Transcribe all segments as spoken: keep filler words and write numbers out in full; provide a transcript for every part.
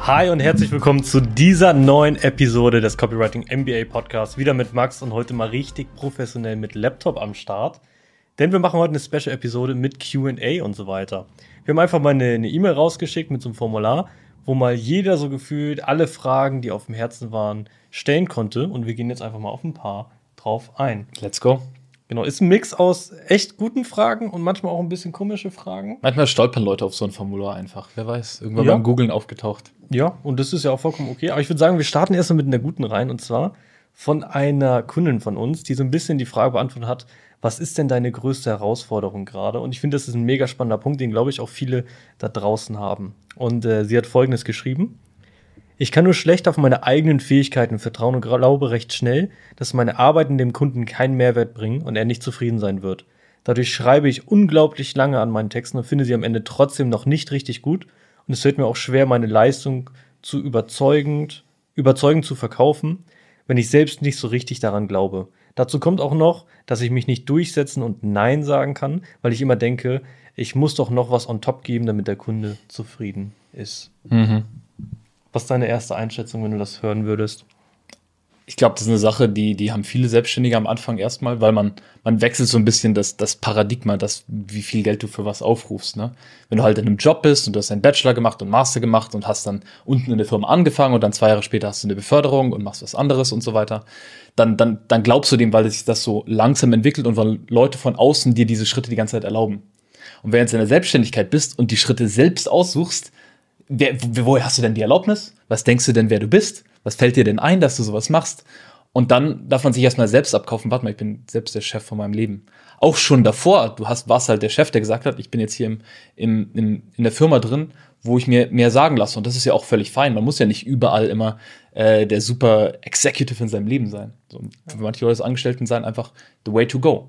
Hi und herzlich willkommen zu dieser neuen Episode des Copywriting M B A Podcasts. Wieder mit Max und heute mal richtig professionell mit Laptop am Start. Denn wir machen heute eine Special-Episode mit Q and A und so weiter. Wir haben einfach mal eine eine E-Mail rausgeschickt mit so einem Formular, wo mal jeder so gefühlt alle Fragen, die auf dem Herzen waren, stellen konnte. Und wir gehen jetzt einfach mal auf ein paar drauf ein. Let's go. Genau, ist ein Mix aus echt guten Fragen und manchmal auch ein bisschen komische Fragen. Manchmal stolpern Leute auf so ein Formular einfach. Wer weiß, irgendwann Ja. beim Googlen aufgetaucht. Ja, und das ist ja auch vollkommen okay. Aber ich würde sagen, wir starten erstmal mit einer guten rein. Und zwar von einer Kundin von uns, die so ein bisschen die Frage beantwortet hat, was ist denn deine größte Herausforderung gerade? Und ich finde, das ist ein mega spannender Punkt, den, glaube ich, auch viele da draußen haben. Und äh, sie hat Folgendes geschrieben. Ich kann nur schlecht auf meine eigenen Fähigkeiten vertrauen und glaube recht schnell, dass meine Arbeiten dem Kunden keinen Mehrwert bringen und er nicht zufrieden sein wird. Dadurch schreibe ich unglaublich lange an meinen Texten und finde sie am Ende trotzdem noch nicht richtig gut. Und es fällt mir auch schwer, meine Leistung zu überzeugend, überzeugend zu verkaufen, wenn ich selbst nicht so richtig daran glaube. Dazu kommt auch noch, dass ich mich nicht durchsetzen und Nein sagen kann, weil ich immer denke, ich muss doch noch was on top geben, damit der Kunde zufrieden ist. Mhm. Was ist deine erste Einschätzung, wenn du das hören würdest? Ich glaube, das ist eine Sache, die, die haben viele Selbstständige am Anfang erstmal, weil man, man wechselt so ein bisschen das, das Paradigma, das, wie viel Geld du für was aufrufst. Ne? Wenn du halt in einem Job bist und du hast einen Bachelor gemacht und Master gemacht und hast dann unten in der Firma angefangen und dann zwei Jahre später hast du eine Beförderung und machst was anderes und so weiter, dann, dann, dann glaubst du dem, weil sich das so langsam entwickelt und weil Leute von außen dir diese Schritte die ganze Zeit erlauben. Und wenn du jetzt in der Selbstständigkeit bist und die Schritte selbst aussuchst, Wer, woher hast du denn die Erlaubnis? Was denkst du denn, wer du bist? Was fällt dir denn ein, dass du sowas machst? Und dann darf man sich erstmal selbst abkaufen. Warte mal, ich bin selbst der Chef von meinem Leben. Auch schon davor, du hast, warst halt der Chef, der gesagt hat, ich bin jetzt hier im, im, im, in der Firma drin, wo ich mir mehr sagen lasse. Und das ist ja auch völlig fein. Man muss ja nicht überall immer äh, der super Executive in seinem Leben sein. So, für manche Leute Angestellten sein einfach the way to go.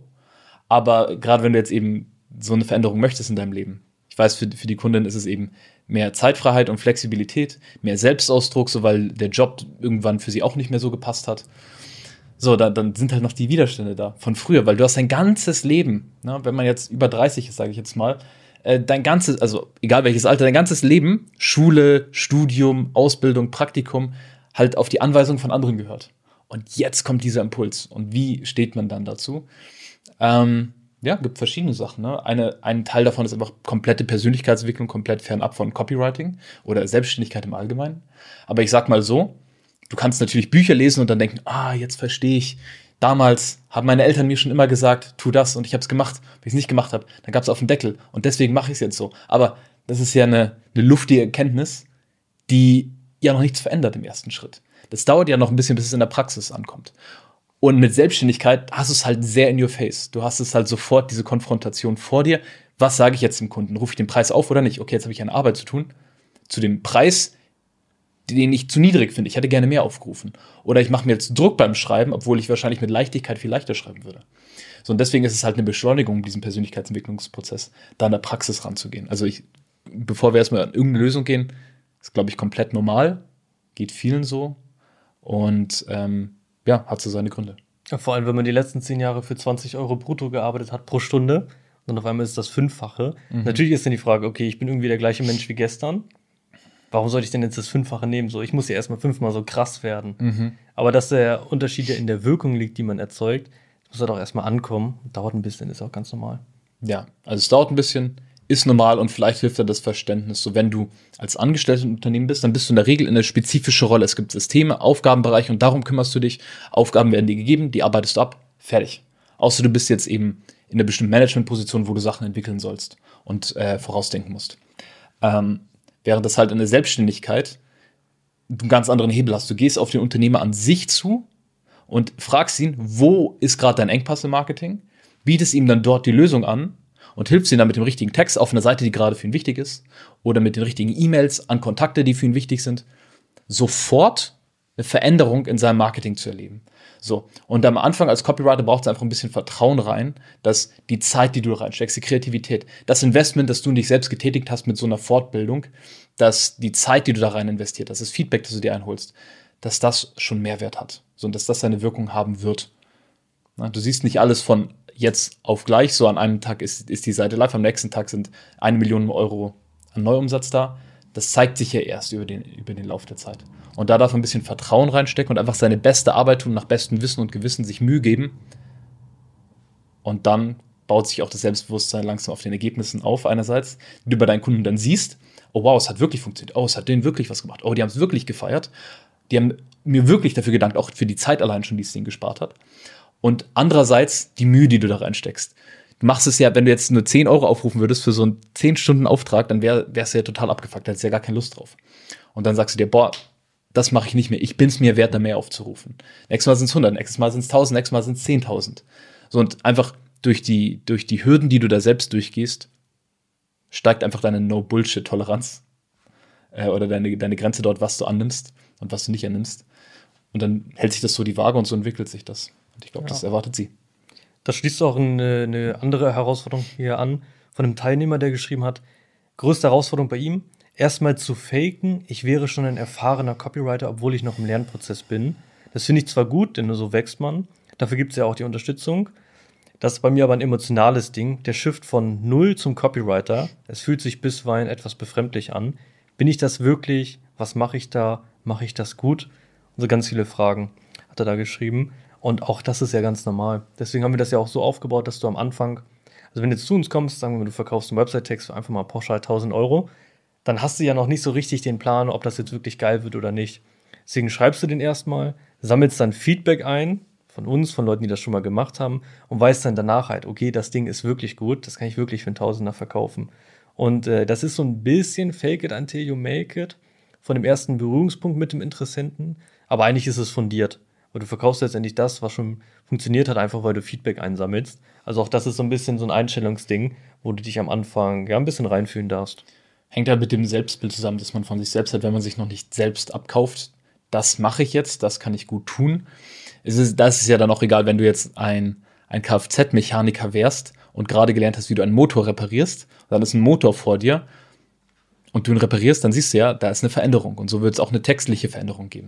Aber gerade wenn du jetzt eben so eine Veränderung möchtest in deinem Leben, ich weiß, für, für die Kundin ist es eben mehr Zeitfreiheit und Flexibilität, mehr Selbstausdruck, so weil der Job irgendwann für sie auch nicht mehr so gepasst hat. So, da, dann sind halt noch die Widerstände da von früher, weil du hast dein ganzes Leben, ne, wenn man jetzt über dreißig ist, sage ich jetzt mal, äh, dein ganzes, also egal welches Alter, dein ganzes Leben, Schule, Studium, Ausbildung, Praktikum, halt auf die Anweisung von anderen gehört. Und jetzt kommt dieser Impuls. Und wie steht man dann dazu? Ähm, Ja, gibt verschiedene Sachen. Ne? Eine, ein Teil davon ist einfach komplette Persönlichkeitsentwicklung, komplett fernab von Copywriting oder Selbstständigkeit im Allgemeinen. Aber ich sag mal so, du kannst natürlich Bücher lesen und dann denken, ah, jetzt verstehe ich, damals haben meine Eltern mir schon immer gesagt, tu das und ich habe es gemacht. Wenn ich es nicht gemacht habe, dann gab es auf den Deckel und deswegen mache ich es jetzt so. Aber das ist ja eine, eine luftige Erkenntnis, die ja noch nichts verändert im ersten Schritt. Das dauert ja noch ein bisschen, bis es in der Praxis ankommt. Und mit Selbstständigkeit hast du es halt sehr in your face. Du hast es halt sofort, diese Konfrontation vor dir. Was sage ich jetzt dem Kunden? Rufe ich den Preis auf oder nicht? Okay, jetzt habe ich eine Arbeit zu tun. Zu dem Preis, den ich zu niedrig finde. Ich hätte gerne mehr aufgerufen. Oder ich mache mir jetzt Druck beim Schreiben, obwohl ich wahrscheinlich mit Leichtigkeit viel leichter schreiben würde. So, und deswegen ist es halt eine Beschleunigung, diesen Persönlichkeitsentwicklungsprozess, da in der Praxis ranzugehen. Also ich, bevor wir erstmal an irgendeine Lösung gehen, ist, glaube ich, komplett normal. Geht vielen so. Und ähm, ja, hat so seine Gründe. Ja, vor allem, wenn man die letzten zehn Jahre für zwanzig Euro brutto gearbeitet hat pro Stunde und auf einmal ist das Fünffache. Mhm. Natürlich ist dann die Frage, okay, ich bin irgendwie der gleiche Mensch wie gestern. Warum sollte ich denn jetzt das Fünffache nehmen? So, ich muss ja erstmal fünfmal so krass werden. Mhm. Aber dass der Unterschied ja in der Wirkung liegt, die man erzeugt, das muss halt auch erstmal ankommen. Dauert ein bisschen, ist auch ganz normal. Ja, also es dauert ein bisschen, ist normal und vielleicht hilft da das Verständnis. So, wenn du als Angestellter im Unternehmen bist, dann bist du in der Regel in eine spezifische Rolle. Es gibt Systeme, Aufgabenbereiche und darum kümmerst du dich. Aufgaben werden dir gegeben, die arbeitest du ab, fertig. Außer du bist jetzt eben in einer bestimmten Managementposition, wo du Sachen entwickeln sollst und äh, vorausdenken musst. Ähm, während das halt in der Selbstständigkeit du einen ganz anderen Hebel hast. Du gehst auf den Unternehmer an sich zu und fragst ihn, wo ist gerade dein Engpass im Marketing, bietest ihm dann dort die Lösung an und hilfst ihm dann mit dem richtigen Text auf einer Seite, die gerade für ihn wichtig ist, oder mit den richtigen E-Mails an Kontakte, die für ihn wichtig sind, sofort eine Veränderung in seinem Marketing zu erleben. So, und am Anfang als Copywriter braucht es einfach ein bisschen Vertrauen rein, dass die Zeit, die du reinsteckst, die Kreativität, das Investment, das du in dich selbst getätigt hast mit so einer Fortbildung, dass die Zeit, die du da rein investiert hast, das Feedback, das du dir einholst, dass das schon Mehrwert hat. So, und dass das seine Wirkung haben wird. Na, du siehst nicht alles von jetzt auf gleich, so an einem Tag ist, ist die Seite live, am nächsten Tag sind eine Million Euro an Neuumsatz da. das zeigt sich ja erst über den, über den Lauf der Zeit. Und da darf man ein bisschen Vertrauen reinstecken und einfach seine beste Arbeit tun, nach bestem Wissen und Gewissen sich Mühe geben. Und dann baut sich auch das Selbstbewusstsein langsam auf den Ergebnissen auf, einerseits, die du bei deinen Kunden dann siehst, oh wow, es hat wirklich funktioniert, oh, es hat denen wirklich was gemacht, oh, die haben es wirklich gefeiert, die haben mir wirklich dafür gedankt, auch für die Zeit allein schon, die es denen gespart hat. Und andererseits die Mühe, die du da reinsteckst. Du machst es ja, wenn du jetzt nur zehn Euro aufrufen würdest für so einen zehn Stunden Auftrag, dann wär, wärst du ja total abgefuckt, da hättest du ja gar keine Lust drauf. Und dann sagst du dir, boah, das mache ich nicht mehr, ich bin es mir wert, da mehr aufzurufen. Nächstes Mal sind es hundert, nächstes Mal sind es tausend, nächstes Mal sind es zehntausend. So, und einfach durch die, durch die Hürden, die du da selbst durchgehst, steigt einfach deine No-Bullshit-Toleranz äh, oder deine, deine Grenze dort, was du annimmst und was du nicht annimmst. Und dann hält sich das so die Waage und so entwickelt sich das. Und ich glaube, ja. Das erwartet sie. Das schließt auch eine, eine andere Herausforderung hier an, von einem Teilnehmer, der geschrieben hat, größte Herausforderung bei ihm, erstmal zu faken, ich wäre schon ein erfahrener Copywriter, obwohl ich noch im Lernprozess bin. Das finde ich zwar gut, denn nur so wächst man. Dafür gibt es ja auch die Unterstützung. Das ist bei mir aber ein emotionales Ding. Der Shift von Null zum Copywriter, es fühlt sich bisweilen etwas befremdlich an. Bin ich das wirklich? Was mache ich da? Mache ich das gut? Und so ganz viele Fragen hat er da geschrieben. Und auch das ist ja ganz normal. Deswegen haben wir das ja auch so aufgebaut, dass du am Anfang, also wenn du jetzt zu uns kommst, sagen wir mal, du verkaufst einen Website-Text für einfach mal pauschal tausend Euro, dann hast du ja noch nicht so richtig den Plan, ob das jetzt wirklich geil wird oder nicht. Deswegen schreibst du den erstmal, sammelst dann Feedback ein, von uns, von Leuten, die das schon mal gemacht haben und weißt dann danach halt, okay, das Ding ist wirklich gut, das kann ich wirklich für einen Tausender verkaufen. Und äh, das ist so ein bisschen fake it until you make it von dem ersten Berührungspunkt mit dem Interessenten, aber eigentlich ist es fundiert. Weil du verkaufst letztendlich das, was schon funktioniert hat, einfach weil du Feedback einsammelst. Also auch das ist so ein bisschen so ein Einstellungsding, wo du dich am Anfang ja ein bisschen reinfühlen darfst. Hängt ja mit dem Selbstbild zusammen, das man von sich selbst hat, wenn man sich noch nicht selbst abkauft. Das mache ich jetzt, das kann ich gut tun. Es ist, das ist ja dann auch egal, wenn du jetzt ein, ein Kfz-Mechaniker wärst und gerade gelernt hast, wie du einen Motor reparierst, dann ist ein Motor vor dir und du ihn reparierst, dann siehst du ja, da ist eine Veränderung. Und so wird es auch eine textliche Veränderung geben.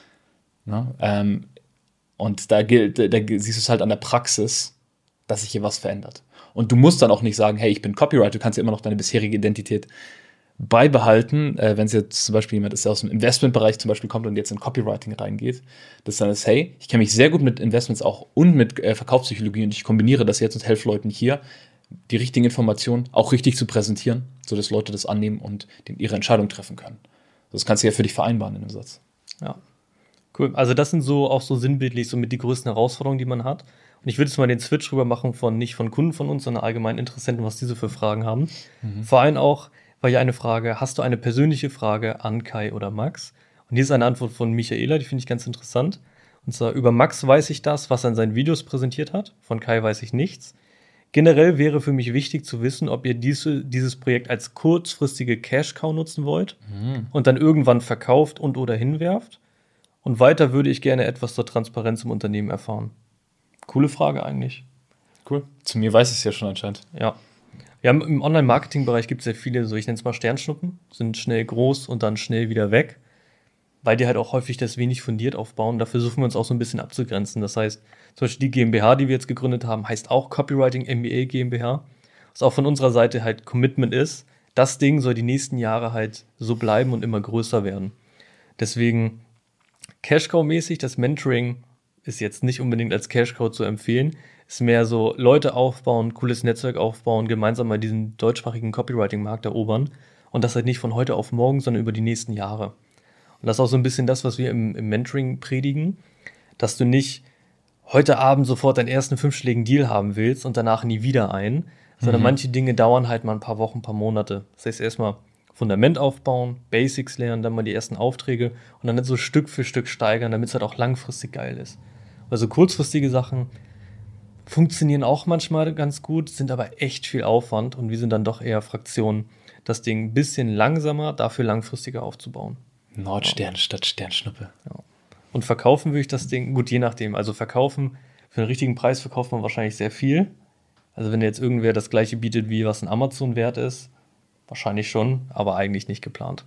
Na, ähm, und da, gilt, da siehst du es halt an der Praxis, dass sich hier was verändert. Und du musst dann auch nicht sagen, hey, ich bin Copywriter, du kannst ja immer noch deine bisherige Identität beibehalten, äh, wenn es jetzt zum Beispiel jemand ist, der aus dem Investmentbereich zum Beispiel kommt und jetzt in Copywriting reingeht, dass dann ist, hey, ich kenne mich sehr gut mit Investments auch und mit äh, Verkaufspsychologie und ich kombiniere das jetzt und helfe Leuten hier, die richtigen Informationen auch richtig zu präsentieren, sodass Leute das annehmen und den, ihre Entscheidung treffen können. Das kannst du ja für dich vereinbaren in dem Satz. Ja, cool. Also das sind so auch so sinnbildlich so mit die größten Herausforderungen, die man hat. Und ich würde jetzt mal den Switch rüber machen von nicht von Kunden von uns, sondern allgemein Interessenten, was diese für Fragen haben. Mhm. Vor allem auch, war hier eine Frage, hast du eine persönliche Frage an Kai oder Max? Und hier ist eine Antwort von Michaela, die finde ich ganz interessant. Und zwar, über Max weiß ich das, was er in seinen Videos präsentiert hat. Von Kai weiß ich nichts. Generell wäre für mich wichtig zu wissen, ob ihr diese, dieses Projekt als kurzfristige Cash-Cow nutzen wollt mhm. und dann irgendwann verkauft und oder hinwerft. Und weiter würde ich gerne etwas zur Transparenz im Unternehmen erfahren. Coole Frage eigentlich. Cool. Zu mir weiß ich es ja schon anscheinend. Ja. Ja, im Online-Marketing-Bereich gibt es sehr viele, so ich nenne es mal Sternschnuppen, sind schnell groß und dann schnell wieder weg, weil die halt auch häufig das wenig fundiert aufbauen. Da versuchen wir uns auch so ein bisschen abzugrenzen. Das heißt, zum Beispiel die GmbH, die wir jetzt gegründet haben, heißt auch Copywriting M B A GmbH, was auch von unserer Seite halt Commitment ist. Das Ding soll die nächsten Jahre halt so bleiben und immer größer werden. Deswegen Cash-Cow-mäßig, das Mentoring ist jetzt nicht unbedingt als Cash-Cow zu empfehlen. Ist mehr so Leute aufbauen, cooles Netzwerk aufbauen, gemeinsam mal diesen deutschsprachigen Copywriting-Markt erobern. Und das halt nicht von heute auf morgen, sondern über die nächsten Jahre. Und das ist auch so ein bisschen das, was wir im, im Mentoring predigen, dass du nicht heute Abend sofort deinen ersten fünfstelligen Deal haben willst und danach nie wieder einen, sondern mhm. manche Dinge dauern halt mal ein paar Wochen, ein paar Monate. Das heißt, erstmal Fundament aufbauen, Basics lernen, dann mal die ersten Aufträge und dann so Stück für Stück steigern, damit es halt auch langfristig geil ist. Also kurzfristige Sachen funktionieren auch manchmal ganz gut, sind aber echt viel Aufwand und wir sind dann doch eher Fraktionen, das Ding ein bisschen langsamer, dafür langfristiger aufzubauen. Nordstern ja. statt Sternschnuppe. Ja. Und verkaufen würde ich das Ding, gut, je nachdem, also verkaufen, für einen richtigen Preis verkauft man wahrscheinlich sehr viel. Also wenn jetzt irgendwer das gleiche bietet, wie was ein Amazon wert ist, wahrscheinlich schon, aber eigentlich nicht geplant.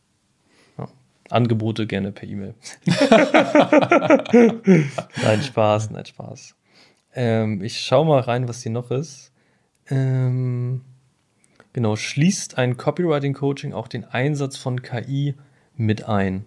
Ja. Angebote gerne per E-Mail. Nein, Spaß, nein, Spaß. Ähm, ich schau mal rein, was hier noch ist. Ähm, Genau, schließt ein Copywriting-Coaching auch den Einsatz von K I mit ein?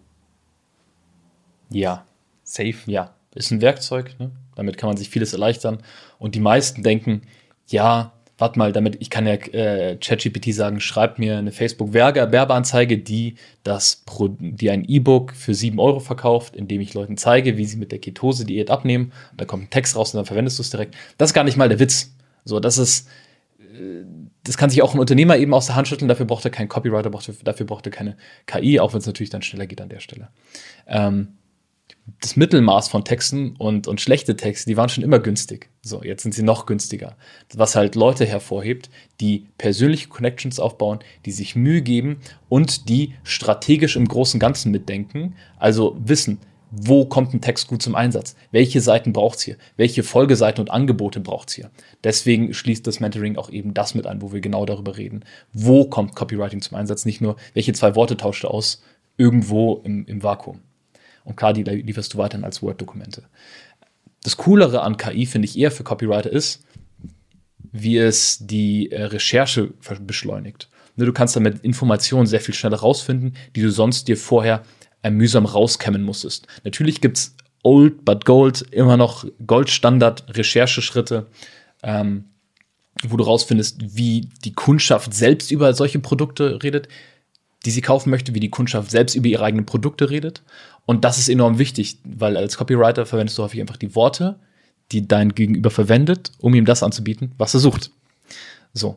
Ja. Safe. Ja, ist ein Werkzeug, ne? Damit kann man sich vieles erleichtern. Und die meisten denken, ja, warte mal, damit, ich kann ja äh, ChatGPT sagen, schreib mir eine Facebook-Werbeanzeige, die das Pro, die ein E-Book für sieben Euro verkauft, indem ich Leuten zeige, wie sie mit der Ketose-Diät abnehmen. Und da kommt ein Text raus und dann verwendest du es direkt. Das ist gar nicht mal der Witz. So, das ist, äh, das kann sich auch ein Unternehmer eben aus der Hand schütteln. Dafür braucht er keinen Copywriter, braucht, dafür braucht er keine K I, auch wenn es natürlich dann schneller geht an der Stelle. Ähm, Das Mittelmaß von Texten und, und schlechte Texte, die waren schon immer günstig. So, jetzt sind sie noch günstiger. Was halt Leute hervorhebt, die persönliche Connections aufbauen, die sich Mühe geben und die strategisch im großen Ganzen mitdenken. Also wissen, wo kommt ein Text gut zum Einsatz? Welche Seiten braucht es hier? Welche Folgeseiten und Angebote braucht es hier? Deswegen schließt das Mentoring auch eben das mit ein, wo wir genau darüber reden. Wo kommt Copywriting zum Einsatz? Nicht nur, welche zwei Worte tauscht du aus, irgendwo im, im Vakuum. Und klar, die lieferst du weiterhin als Word-Dokumente. Das Coolere an K I, finde ich eher für Copywriter, ist, wie es die äh, Recherche beschleunigt. Ne, du kannst damit Informationen sehr viel schneller rausfinden, die du sonst dir vorher äh, mühsam rauskämmen musstest. Natürlich gibt es old but gold, immer noch Goldstandard-Rechercheschritte, ähm, wo du rausfindest, wie die Kundschaft selbst über solche Produkte redet, die sie kaufen möchte, wie die Kundschaft selbst über ihre eigenen Produkte redet. Und das ist enorm wichtig, weil als Copywriter verwendest du häufig einfach die Worte, die dein Gegenüber verwendet, um ihm das anzubieten, was er sucht. So.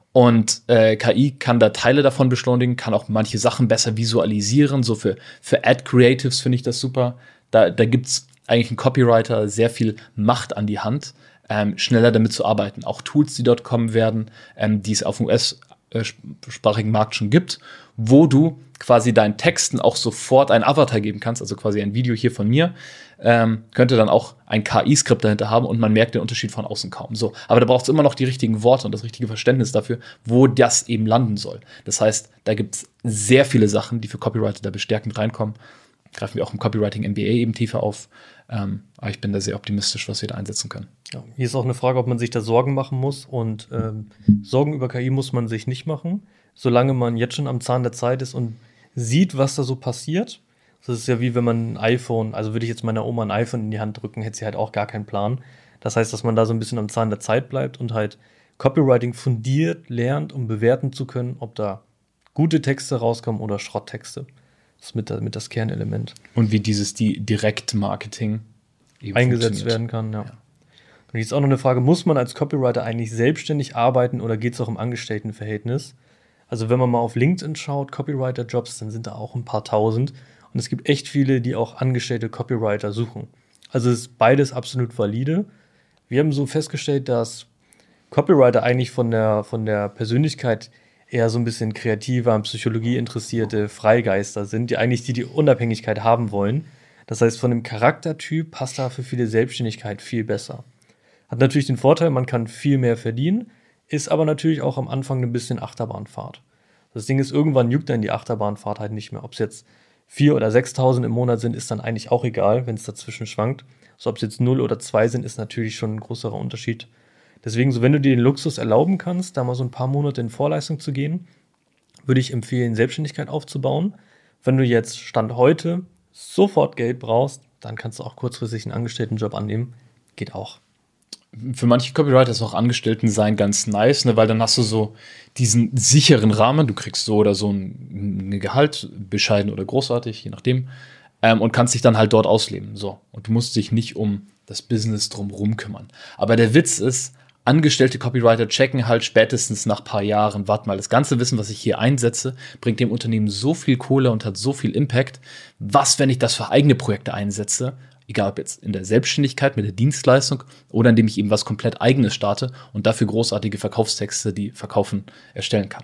Und äh, K I kann da Teile davon beschleunigen, kann auch manche Sachen besser visualisieren. So für, für Ad-Creatives finde ich das super. Da, da gibt's eigentlich einen Copywriter sehr viel Macht an die Hand, ähm, schneller damit zu arbeiten. Auch Tools, die dort kommen werden, ähm, die es auf dem U S-sprachigen Markt schon gibt, wo du quasi deinen Texten auch sofort einen Avatar geben kannst, also quasi ein Video hier von mir, ähm, könnte dann auch ein K I-Skript dahinter haben und man merkt den Unterschied von außen kaum. So, aber da braucht es immer noch die richtigen Worte und das richtige Verständnis dafür, wo das eben landen soll. Das heißt, da gibt es sehr viele Sachen, die für Copywriter da bestärkend reinkommen. Greifen wir auch im Copywriting M B A eben tiefer auf. Ähm, aber ich bin da sehr optimistisch, was wir da einsetzen können. Ja, hier ist auch eine Frage, ob man sich da Sorgen machen muss. Und ähm, Sorgen über K I muss man sich nicht machen, solange man jetzt schon am Zahn der Zeit ist und sieht, was da so passiert. Das ist ja wie wenn man ein iPhone, also würde ich jetzt meiner Oma ein iPhone in die Hand drücken, hätte sie halt auch gar keinen Plan. Das heißt, dass man da so ein bisschen am Zahn der Zeit bleibt und halt Copywriting fundiert lernt, um bewerten zu können, ob da gute Texte rauskommen oder Schrotttexte. Das ist mit, der, mit das Kernelement. Und wie dieses die Direktmarketing eben eingesetzt werden kann, ja. ja. Und jetzt auch noch eine Frage, muss man als Copywriter eigentlich selbstständig arbeiten oder geht es auch im Angestelltenverhältnis? Also wenn man mal auf LinkedIn schaut, Copywriter-Jobs, dann sind da auch ein paar tausend. Und es gibt echt viele, die auch angestellte Copywriter suchen. Also es ist beides absolut valide. Wir haben so festgestellt, dass Copywriter eigentlich von der, von der Persönlichkeit eher so ein bisschen kreativer, an Psychologie interessierte Freigeister sind, die eigentlich die, die Unabhängigkeit haben wollen. Das heißt, von dem Charaktertyp passt da für viele Selbstständigkeit viel besser. Hat natürlich den Vorteil, man kann viel mehr verdienen, ist aber natürlich auch am Anfang ein bisschen Achterbahnfahrt. Das Ding ist, irgendwann juckt dann die Achterbahnfahrt halt nicht mehr. Ob es jetzt viertausend oder sechstausend im Monat sind, ist dann eigentlich auch egal, wenn es dazwischen schwankt. So, ob es jetzt null oder zwei sind, ist natürlich schon ein größerer Unterschied. Deswegen, so wenn du dir den Luxus erlauben kannst, da mal so ein paar Monate in Vorleistung zu gehen, würde ich empfehlen, Selbstständigkeit aufzubauen. Wenn du jetzt Stand heute sofort Geld brauchst, dann kannst du auch kurzfristig einen Angestelltenjob annehmen. Geht auch. Für manche Copywriter ist auch Angestellten-Sein ganz nice, ne, weil dann hast du so diesen sicheren Rahmen, du kriegst so oder so ein, ein Gehalt, bescheiden oder großartig, je nachdem, ähm, und kannst dich dann halt dort ausleben. So. Und du musst dich nicht um das Business drumherum kümmern. Aber der Witz ist, angestellte Copywriter checken halt spätestens nach ein paar Jahren, warte mal, das ganze Wissen, was ich hier einsetze, bringt dem Unternehmen so viel Kohle und hat so viel Impact. Was, wenn ich das für eigene Projekte einsetze? Egal ob jetzt in der Selbstständigkeit mit der Dienstleistung oder indem ich eben was komplett Eigenes starte und dafür großartige Verkaufstexte, die verkaufen, erstellen kann.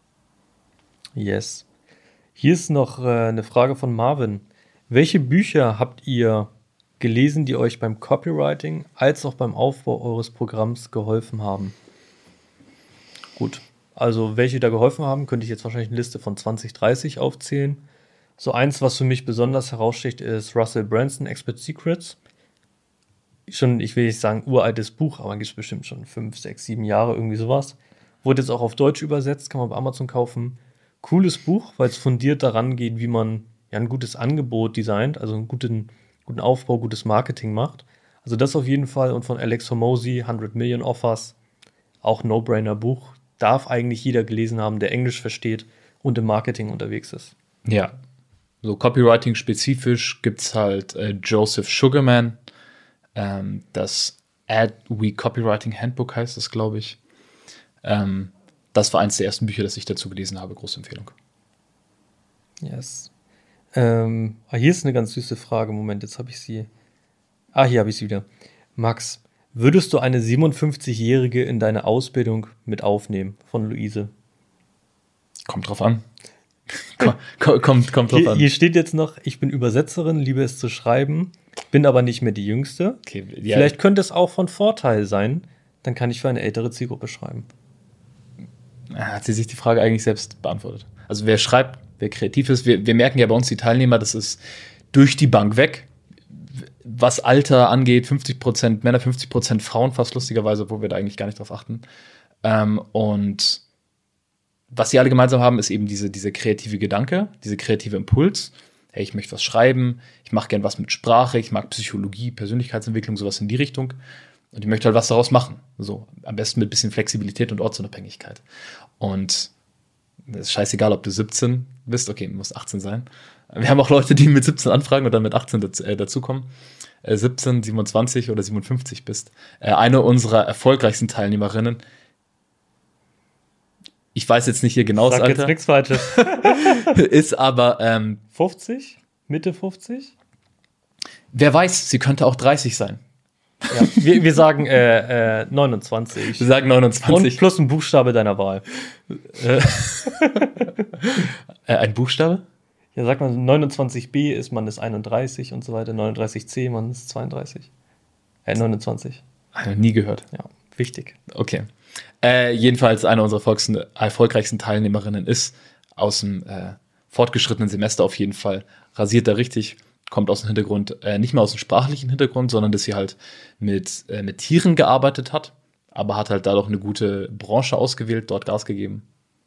Yes. Hier ist noch äh, eine Frage von Marvin. Welche Bücher habt ihr gelesen, die euch beim Copywriting als auch beim Aufbau eures Programms geholfen haben? Gut, also welche da geholfen haben, könnte ich jetzt wahrscheinlich eine Liste von zwanzig, dreißig aufzählen. So eins, was für mich besonders heraussticht, ist Russell Brunson, Expert Secrets. Schon, ich will nicht sagen uraltes Buch, aber gibt es bestimmt schon fünf, sechs, sieben Jahre, irgendwie sowas. Wurde jetzt auch auf Deutsch übersetzt, kann man bei Amazon kaufen. Cooles Buch, weil es fundiert daran geht, wie man ja ein gutes Angebot designt, also einen guten, guten Aufbau, gutes Marketing macht. Also das auf jeden Fall. Und von Alex Hormozy, hundert Million Offers, auch No-Brainer-Buch. Darf eigentlich jeder gelesen haben, der Englisch versteht und im Marketing unterwegs ist. Ja, so Copywriting-spezifisch gibt es halt äh, Joseph Sugarman, ähm, das Ad We Copywriting Handbook heißt das, glaube ich. Ähm, das war eins der ersten Bücher, das ich dazu gelesen habe. Große Empfehlung. Yes. Ähm, ah, hier ist eine ganz süße Frage. Moment, jetzt habe ich sie. Ah, hier habe ich sie wieder. Max, würdest du eine siebenundfünfzigjährige in deine Ausbildung mit aufnehmen? Von Luise. Kommt drauf an. Komm, kommt, kommt, kommt drauf Hier, an. hier steht jetzt noch, ich bin Übersetzerin, liebe es zu schreiben, bin aber nicht mehr die Jüngste. Okay, ja. Vielleicht könnte es auch von Vorteil sein, dann kann ich für eine ältere Zielgruppe schreiben. Hat sie sich die Frage eigentlich selbst beantwortet. Also wer schreibt, wer kreativ ist, wir, wir merken ja bei uns die Teilnehmer, das ist durch die Bank weg. Was Alter angeht, fünfzig Prozent Männer, fünfzig Prozent Frauen, fast lustigerweise, wo wir da eigentlich gar nicht drauf achten. Ähm, und was sie alle gemeinsam haben, ist eben diese, diese kreative Gedanke, diese kreative Impuls. Hey, ich möchte was schreiben, ich mache gern was mit Sprache, ich mag Psychologie, Persönlichkeitsentwicklung, sowas in die Richtung. Und ich möchte halt was daraus machen. So, am besten mit ein bisschen Flexibilität und Ortsunabhängigkeit. Und es ist scheißegal, ob du siebzehn bist. Okay, du musst achtzehn sein. Wir haben auch Leute, die mit siebzehn anfragen und dann mit achtzehn dazu, äh, dazukommen. Äh, siebzehn, siebenundzwanzig oder siebenundfünfzig bist. Äh, eine unserer erfolgreichsten Teilnehmerinnen, ich weiß jetzt nicht ihr genaues Sag Alter. jetzt nichts Falsches. Ist aber ähm, fünfzig? Mitte fünfzig? Wer weiß, sie könnte auch dreißig sein. Ja, wir, wir sagen äh, äh, neunundzwanzig. Wir sagen neunundzwanzig. Und plus ein Buchstabe deiner Wahl. äh, ein Buchstabe? Ja, sag mal, neunundzwanzig b ist, man ist einunddreißig und so weiter. neununddreißig c, man ist zweiunddreißig. Äh, neunundzwanzig. Habe nie gehört. Ja, wichtig. Okay. Äh, jedenfalls eine unserer erfolgreichsten, erfolgreichsten Teilnehmerinnen ist aus dem äh, fortgeschrittenen Semester auf jeden Fall. Rasiert da richtig, kommt aus dem Hintergrund, äh, nicht mehr aus dem sprachlichen Hintergrund, sondern dass sie halt mit, äh, mit Tieren gearbeitet hat, aber hat halt dadurch eine gute Branche ausgewählt, dort Gas gegeben.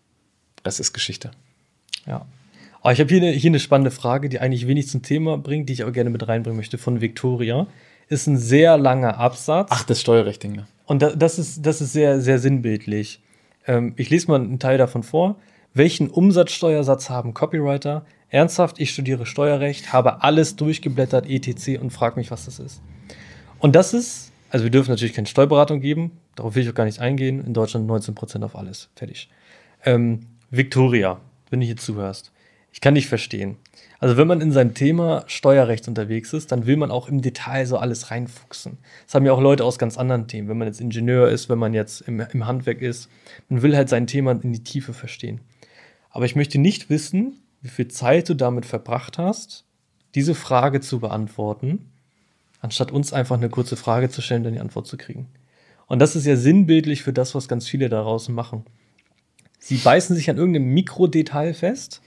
Das ist Geschichte. Ja. Aber ich habe hier eine, hier eine spannende Frage, die eigentlich wenig zum Thema bringt, die ich aber gerne mit reinbringen möchte, von Victoria. Ist ein sehr langer Absatz. Ach, das Steuerrecht-Ding, ne? Und da, das ist, das ist sehr, sehr sinnbildlich. Ähm, ich lese mal einen Teil davon vor. Welchen Umsatzsteuersatz haben Copywriter? Ernsthaft, ich studiere Steuerrecht, habe alles durchgeblättert, et cetera und frage mich, was das ist. Und das ist, also wir dürfen natürlich keine Steuerberatung geben, darauf will ich auch gar nicht eingehen. In Deutschland neunzehn Prozent auf alles. Fertig. Ähm, Victoria, wenn du hier zuhörst, ich kann dich verstehen. Also wenn man in seinem Thema Steuerrecht unterwegs ist, dann will man auch im Detail so alles reinfuchsen. Das haben ja auch Leute aus ganz anderen Themen. Wenn man jetzt Ingenieur ist, wenn man jetzt im, im Handwerk ist, man will halt sein Thema in die Tiefe verstehen. Aber ich möchte nicht wissen, wie viel Zeit du damit verbracht hast, diese Frage zu beantworten, anstatt uns einfach eine kurze Frage zu stellen und dann die Antwort zu kriegen. Und das ist ja sinnbildlich für das, was ganz viele da draußen machen. Sie beißen sich an irgendeinem Mikrodetail fest,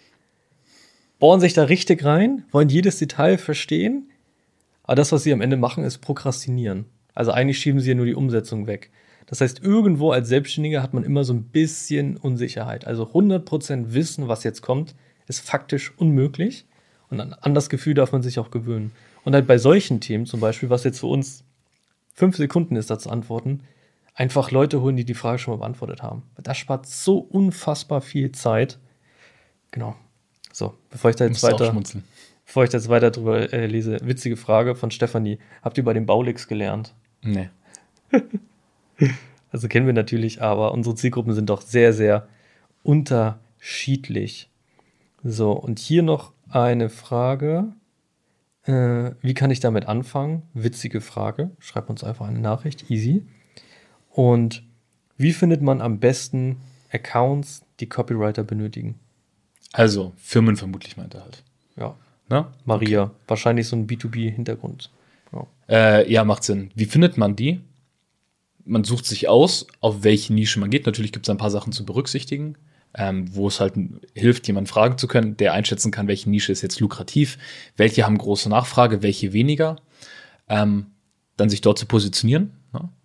bohren sich da richtig rein, wollen jedes Detail verstehen, aber das, was sie am Ende machen, ist prokrastinieren. Also eigentlich schieben sie ja nur die Umsetzung weg. Das heißt, irgendwo als Selbstständiger hat man immer so ein bisschen Unsicherheit. Also hundert Prozent wissen, was jetzt kommt, ist faktisch unmöglich. Und an das Gefühl darf man sich auch gewöhnen. Und halt bei solchen Themen zum Beispiel, was jetzt für uns fünf Sekunden ist, da zu antworten, einfach Leute holen, die die Frage schon mal beantwortet haben. Das spart so unfassbar viel Zeit. Genau. So, bevor ich da jetzt weiter, bevor ich da jetzt weiter drüber äh, lese, witzige Frage von Stefanie. Habt ihr bei den Baulix gelernt? Nee. Also kennen wir natürlich, aber unsere Zielgruppen sind doch sehr, sehr unterschiedlich. So, und hier noch eine Frage. Äh, wie kann ich damit anfangen? Witzige Frage. Schreibt uns einfach eine Nachricht. Easy. Und wie findet man am besten Accounts, die Copywriter benötigen? Also, Firmen vermutlich meint er halt. Ja. Na? Maria. Okay. Wahrscheinlich so ein B zwei B-Hintergrund. Ja. Äh, ja, macht Sinn. Wie findet man die? Man sucht sich aus, auf welche Nische man geht. Natürlich gibt es ein paar Sachen zu berücksichtigen, ähm, wo es halt hilft, jemanden fragen zu können, der einschätzen kann, welche Nische ist jetzt lukrativ, welche haben große Nachfrage, welche weniger. Ähm, dann sich dort zu positionieren. Ne?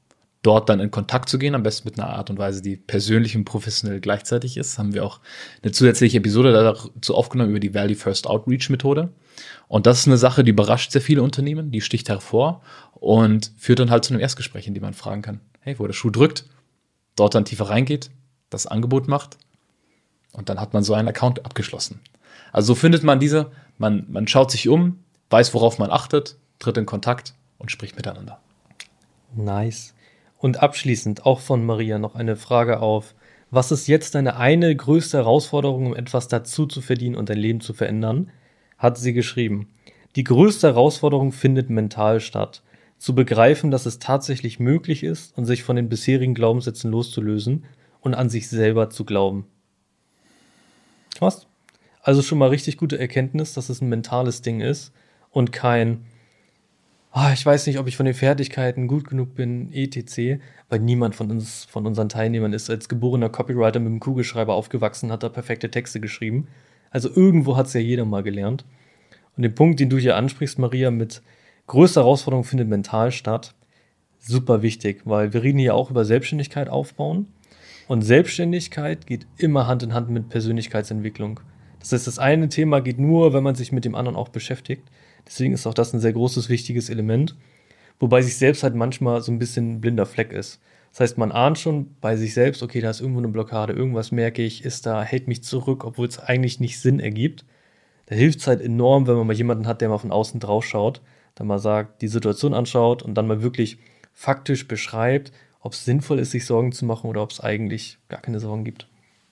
dort dann in Kontakt zu gehen, am besten mit einer Art und Weise, die persönlich und professionell gleichzeitig ist. Haben wir auch eine zusätzliche Episode dazu aufgenommen über die Value First Outreach Methode. Und das ist eine Sache, die überrascht sehr viele Unternehmen, die sticht hervor und führt dann halt zu einem Erstgespräch, in dem man fragen kann, hey, wo der Schuh drückt, dort dann tiefer reingeht, das Angebot macht und dann hat man so einen Account abgeschlossen. Also so findet man diese, man, man schaut sich um, weiß, worauf man achtet, tritt in Kontakt und spricht miteinander. Nice. Und abschließend auch von Maria noch eine Frage auf: Was ist jetzt deine eine größte Herausforderung, um etwas dazu zu verdienen und dein Leben zu verändern? Hat sie geschrieben. Die größte Herausforderung findet mental statt. Zu begreifen, dass es tatsächlich möglich ist und sich von den bisherigen Glaubenssätzen loszulösen und an sich selber zu glauben. Was? Also schon mal richtig gute Erkenntnis, dass es ein mentales Ding ist und kein ah, ich weiß nicht, ob ich von den Fertigkeiten gut genug bin, et cetera. Weil niemand von uns, von unseren Teilnehmern ist als geborener Copywriter mit einem Kugelschreiber aufgewachsen, hat da perfekte Texte geschrieben. Also irgendwo hat es ja jeder mal gelernt. Und den Punkt, den du hier ansprichst, Maria, mit größter Herausforderung findet mental statt, super wichtig, weil wir reden hier auch über Selbstständigkeit aufbauen. Und Selbstständigkeit geht immer Hand in Hand mit Persönlichkeitsentwicklung. Das heißt, das eine Thema geht nur, wenn man sich mit dem anderen auch beschäftigt. Deswegen ist auch das ein sehr großes, wichtiges Element. Wobei sich selbst halt manchmal so ein bisschen ein blinder Fleck ist. Das heißt, man ahnt schon bei sich selbst, okay, da ist irgendwo eine Blockade, irgendwas merke ich, ist da, hält mich zurück, obwohl es eigentlich nicht Sinn ergibt. Da hilft es halt enorm, wenn man mal jemanden hat, der mal von außen drauf schaut, dann mal sagt, die Situation anschaut und dann mal wirklich faktisch beschreibt, ob es sinnvoll ist, sich Sorgen zu machen oder ob es eigentlich gar keine Sorgen gibt.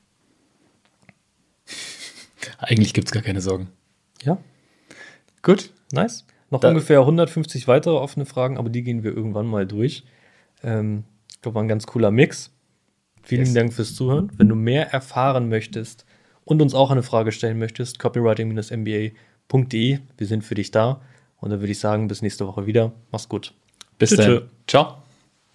Eigentlich gibt es gar keine Sorgen. Ja. Gut. Nice. Noch Da- ungefähr hundertfünfzig weitere offene Fragen, aber die gehen wir irgendwann mal durch. Ähm, ich glaube, war ein ganz cooler Mix. Vielen Yes. Dank fürs Zuhören. Wenn du mehr erfahren möchtest und uns auch eine Frage stellen möchtest, copywriting Bindestrich m b a punkt d e. Wir sind für dich da. Und dann würde ich sagen, bis nächste Woche wieder. Mach's gut. Bis Tschö, dann. tschö. Ciao.